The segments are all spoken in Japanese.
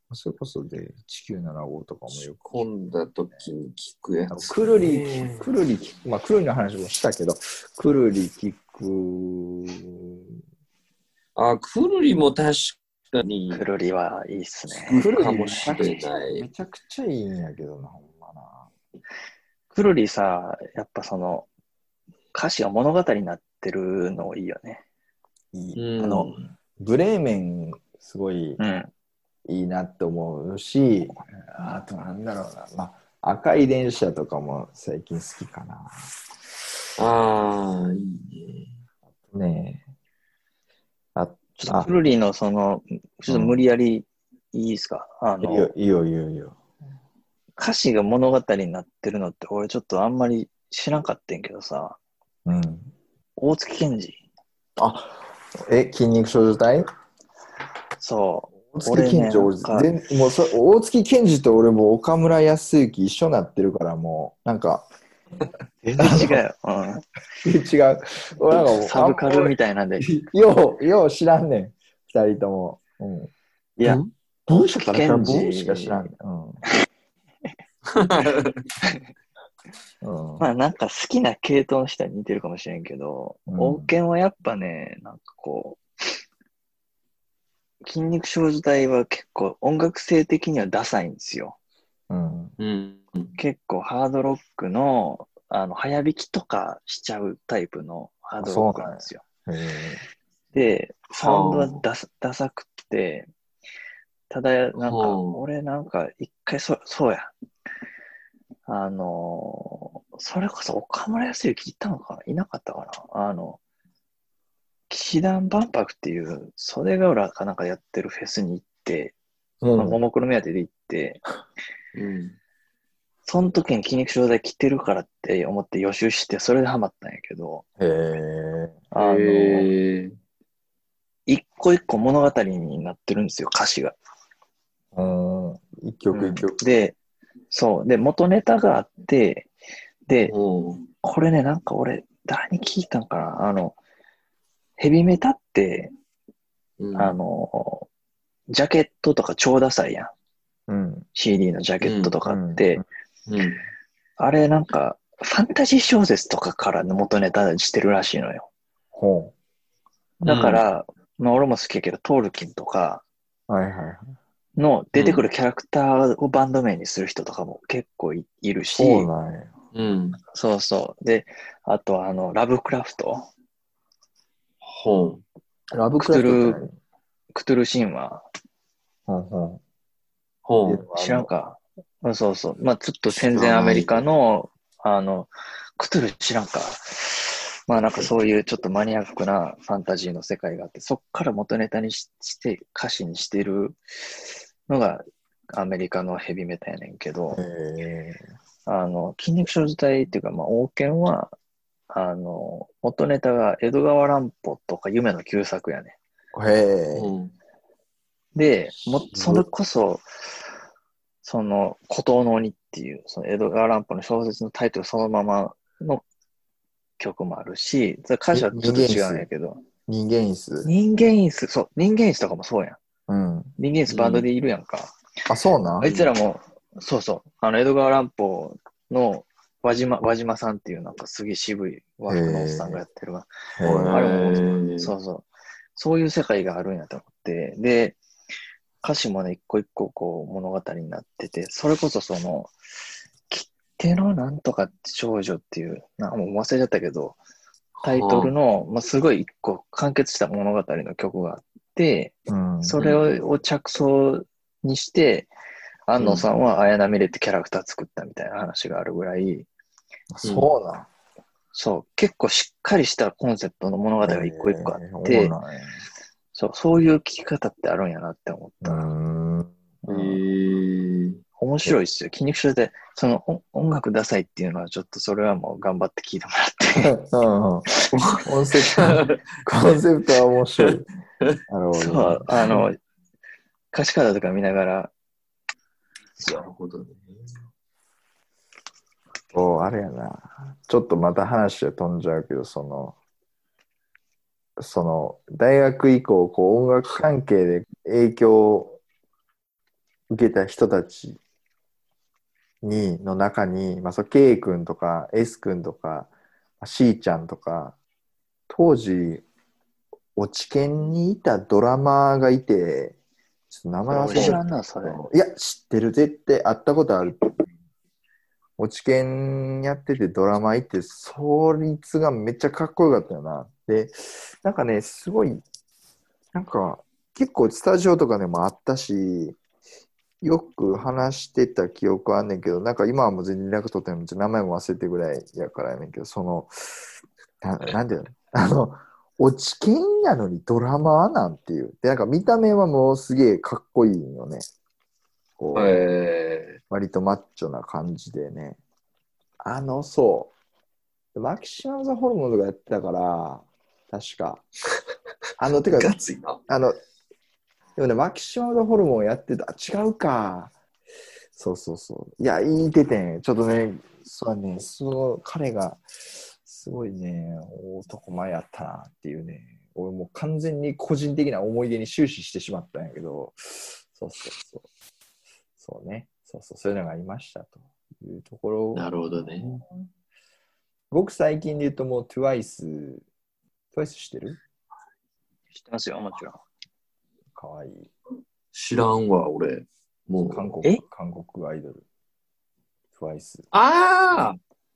それこそで1975とかもよく混んだ時に聞くやつ。 くるり聞く、まあくるりの話もしたけど、くるり聞く。 あ、くるりも確かにくるりはいいっすね。 聞くかもしれない。 めちゃくちゃいいんやけどな、ほんまな。 くるりさ、やっぱその歌詞が物語になってるのいいよね。 いい。 うん、 ブレーメンすごいうん。 いいなって思うし、あとなんだろうな、まあ赤い電車とかも最近好きかな。 ああ、いいね。 ねえ。 ちょっとくるりのその、ちょっと無理やりいいですか？ いいよいいよいいよ。 歌詞が物語になってるのって俺ちょっとあんまり知らんかってんけどさ、 うん。 大月健二。 あ、筋肉少女隊？ そう。 大月健二、 俺ね、 もう大月健二と俺も岡村康之一緒になってるからもう、なんか、 全然違うよ。 違う。俺なんかもう、 サブカルみたいなんで。 よう知らんねん、二人とも。うん。 いや、大し月健ブしか知らん二。 ねん。うん。 まあなんか好きな系統の人は似てるかもしれんけど、王権はやっぱね、なんかこう、筋肉少女隊は結構音楽性的にはダサいんですよ。 うん結構ハードロックの、早弾きとかしちゃうタイプのハードロックなんですよ。で、サウンドはダサくって、ただ、なんか、俺なんか一回そうや。それこそ岡村康之いたのかないなかったかな騎士団万博っていう袖ヶ浦かなんかやってるフェスに行って、ももクロ目当てで行って、その時に筋肉少女隊着てるからって思って予習して、それでハマったんやけど、一個一個物語になってるんですよ、歌詞が。 一曲一曲。 で、そう。で、元ネタがあって、で、これね、なんか俺、誰に聞いたんかなヘビメタって、ジャケットとか超ダサいやん。CD のジャケットとかって、あれなんか、ファンタジー小説とかからの元ネタしてるらしいのよ。だから、まあ俺も好きやけど、トールキンとかの出てくるキャラクターをバンド名にする人とかも結構いるし、そうそう。で、あとラブクラフト。 ラブクラフトってクトゥル神話。知らんか。そうそう。まあちょっと戦前アメリカの、クトゥル知らんか。まあなんかそういうちょっとマニアックなファンタジーの世界があって、そっから元ネタにして歌詞にしてるのがアメリカのヘビメタやねんけど、筋肉少女隊っていうか、まあ王権は、元ネタが江戸川乱歩とか夢の旧作やねん。で、それこそ、その、孤島の鬼っていう、その江戸川乱歩の小説のタイトルそのままの曲もあるし、歌詞はちょっと違うんやけど。 人間椅子。 人間椅子、そう、人間椅子とかもそうやん。人間椅子バンドでいるやんか。 あ、そうな。 あいつらも、そうそう、江戸川乱歩の輪島さんっていうなんかすげえ渋い和服のおっさんがやってるわ。あれも、そうそう。そういう世界があるんやと思って、で、歌詞もね、一個一個こう物語になってて、それこそその、切手のなんとか少女っていう、もう忘れちゃったけど、タイトルの、まあ、すごい一個完結した物語の曲があって、それを着想にして、安野さんは綾波レってキャラクター作ったみたいな話があるぐらい、 そうなん。 そう、結構しっかりしたコンセプトの物語が一個一個あって、そういう聞き方ってあるんやなって思った。面白いっすよ。筋肉症で、その音楽ダサいっていうのはちょっとそれはもう頑張って聞いてもらって。 コンセプトは面白い。 そう、歌詞カードとか見ながら。 なるほどね。 あれやな。ちょっとまた話は飛んじゃうけど、大学以降、こう音楽関係で影響受けた人たちの中に、まあ、K 君とか S 君とか C ちゃんとか、当時、落研にいたドラマーがいて、ちょっと名前忘れた知らんな、それ。 いや、知ってる。絶対会ったことある。落研やっててドラマーいて、そいつがめっちゃかっこよかったよな。で、なんかね、すごい、なんか、結構スタジオとかでもあったし、よく話してた記憶あんねんけど、なんか今はもう全然連絡取ってない名前も忘れてぐらいやからやねんけど、なんで落ち研やのにドラマーなんていう。で、なんか見た目はもうすげえかっこいいよね。こう、割とマッチョな感じでね。そう。マキシマムザホルモンとかやってたから、確か。てか、 ガツいな。 でもね、マキシマムザホルモンやってた。違うか。そうそうそう。いや、言いててん。ちょっとね、そうね、彼が、すごいね、男前やったなっていうね。俺もう完全に個人的な思い出に終始してしまったんやけど、そうそうそう。そうね。そうそう、そういうのがありましたというところ。 なるほどね。 ごく最近で言うともう TWICE 知ってる？ 知ってますよ、もちろん。 かわいい。 知らんわ、俺。もう。 韓国アイドル。TWICE。 ああ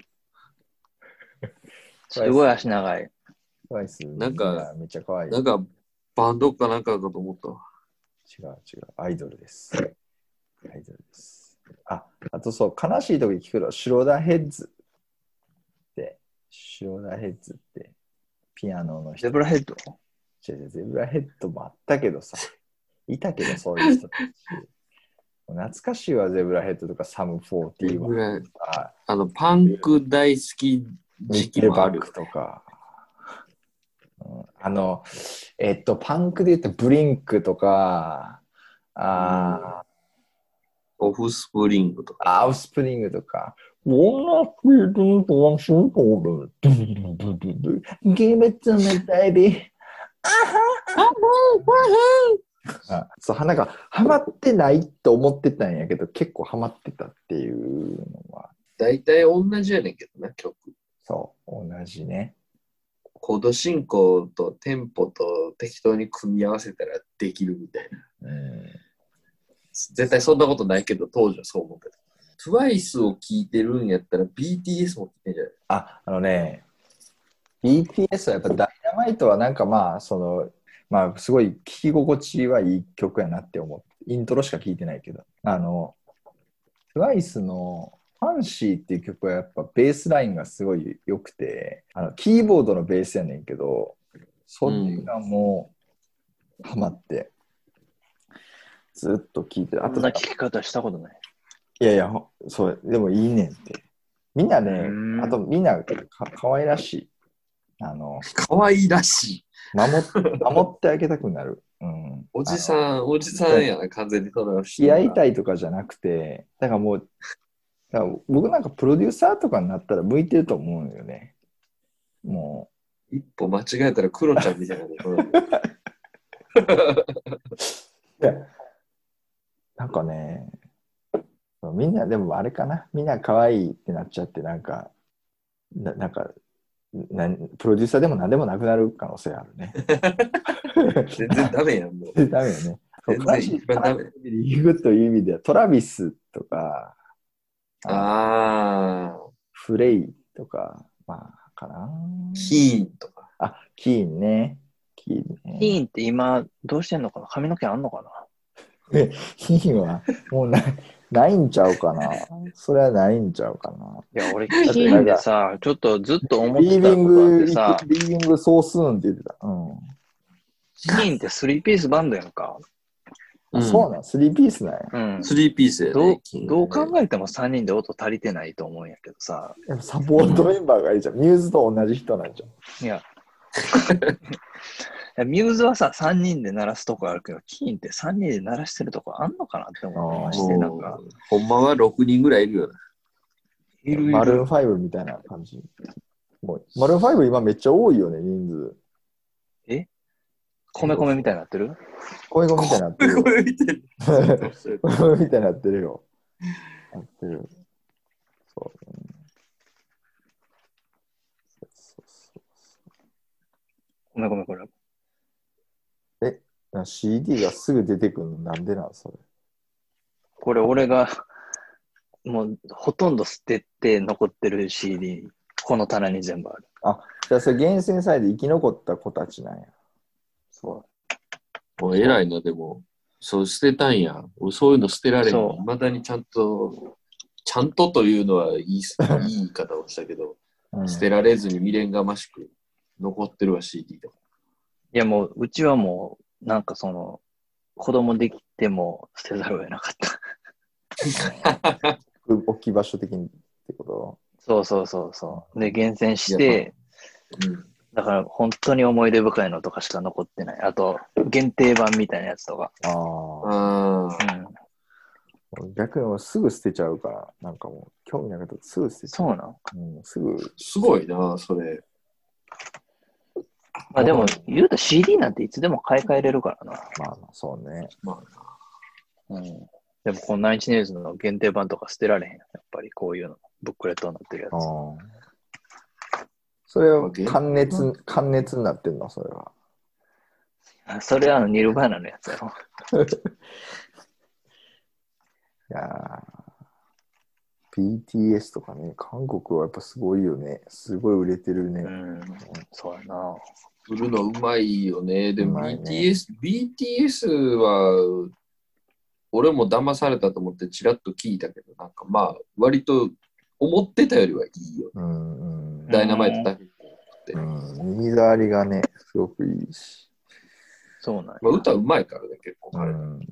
すごい足長い。 TWICE。 なんか、 めっちゃかわいい。 なんか、バンドかなんかかと思ったわ。 違う。アイドルです。あとそう、悲しいとき聞くと、シュローダーヘッズって、ピアノの人。 ゼブラヘッド？ ゼブラヘッドもあったけどさ、いたけどそういう人たち。懐かしいわ、ゼブラヘッドとかサム41とか。 パンク大好き時期もある。 とか。パンクで言うとブリンクとか、 オフスプリングとか。 オフスプリングとか。Give it to me, baby. そうなんかハマってないと思ってたんやけど結構ハマってたっていうのは大体同じやねんけどな、曲。 そう同じね。 コード進行とテンポと適当に組み合わせたらできるみたいな。絶対そんなことないけど当時はそう思ってた。TWICE を聴いてるんやったら BTS も聴いてんじゃない？ BTS はやっぱダイナマイトはなんかすごい聴き心地はいい曲やなって思って、イントロしか聴いてないけど、TWICE のファンシーっていう曲はやっぱベースラインがすごい良くて、キーボードのベースやねんけど、それがもうハマって、ずっと聴いてる。 あんな聴き方したことない。 いや、そう、でもいいねんって。みんなね、あとみんなかわいらしい。 かわいらしい。 守ってあげたくなる。 おじさんやな、完全にその人。 やりたいとかじゃなくて、だから僕なんかプロデューサーとかになったら向いてると思うよね。もう。一歩間違えたらクロちゃんみたいな。 なんかね、みんなでもあれかな、みんな可愛いってなっちゃって、なんかプロデューサーでも何でもなくなる可能性あるね。 全然ダメやん、もう。 ダメよね。 全然一番ダメ。 リーグという意味では、トラビスとか、フレイとか、かな。 キーンとか。 キーンね。 キーンって今、どうしてんのかな？髪の毛あんのかな？ キーンはもうないんちゃうかな。それはないんちゃうかな。 いや、俺、キーンでさ、ちょっとずっと思ってたことあってさ、 リービングソースーンって言ってた。 キーンって3ピースバンドやんか。 そうなん、3ピースなんや。 3ピースやね。 どう考えても3人で音足りてないと思うんやけどさ。 サポートメンバーがいいじゃん。ミューズと同じ人なんじゃん。 いや。ミューズはさ、3人で鳴らすとこあるけど、キーンって3人で鳴らしてるとこあんのかなって思いまして、なんか。 ほんまは6人ぐらいいるよな。 マルーン5みたいな感じ。マルーン5今めっちゃ多いよね、人数。 米みたいになってる？ 米米みたいになってるよ。 これ見てる。 米みたいになってるよ。なってる。そうね。 米これ。 CD がすぐ出てくるのなんでなんそれ。 これ俺がもうほとんど捨てて残ってる CD、この棚に全部ある。 じゃあそれ厳選されて生き残った子たちなんや。 そもう偉いな、でも。そう捨てたんや。俺そういうの捨てられんの。 そういまだにちゃんとというのはいい言い方をしたけど、捨てられずに未練がましく残ってるわ、CD とか。 いやもう、うちはもう、なんかその、子供できても捨てざるを得なかった。 置き場所的にってこそう。で、厳選して、だから本当に思い出深いのとかしか残ってない。あと、限定版みたいなやつとか。 と逆にもうすぐ捨てちゃうから、なんかもう興味なかったらすぐ捨てちゃう。 そうなん。 すぐ。 すごいな、それ。 まあでも、言うと CD なんていつでも買い替えれるからな。 まあそうね。 まあな。 でもこんな1年の限定版とか捨てられへん。やっぱりこういうの。ブックレットになってるやつ。 それは関熱になってんのそれは。 それはニルバーナのやつやろ。 いやー BTS とかね、韓国はやっぱすごいよね。すごい売れてるね。 そうやな。 売るのうまいよね。でもうまいね BTS は、俺も騙されたと思ってちらっと聞いたけど、なんかまあ、割と思ってたよりはいいよ。ダイナマイトだけって。 耳障りがね、すごくいいし。 そうなんや。 まあ、歌うまいからね、結構彼。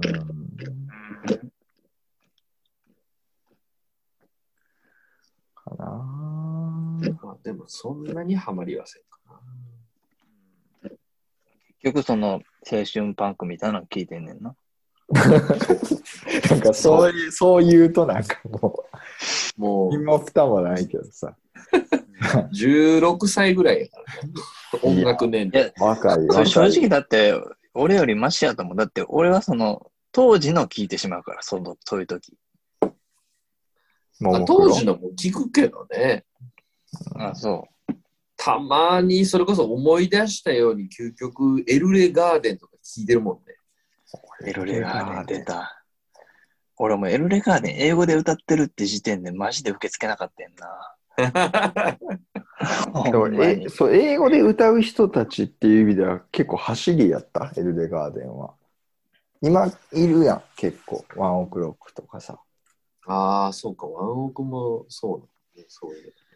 かなまあ、でもそんなにハマりはせんかな。 結局その青春パンクみたいなの聞いてんねんな。 なんかそう言うとなんかもう、身も蓋もないけどさ。 16歳ぐらいやからね。音楽年齢。 若いよ。正直だって、俺よりマシやと思う。だって俺はその、当時の聞いてしまうから、そういう時。 当時のも聞くけどね。 そう。 たまにそれこそ思い出したように究極エルレガーデンとか聞いてるもんね。 エルレガーデン出た。俺もエルレガーデン英語で歌ってるって時点でマジで受け付けなかったんな。 そう英語で歌う人たちっていう意味では結構走りやった、エルレガーデンは。今いるやん、結構。ワンオクロックとかさ。 ああ、そうか、ワンオクもそうだね。そういう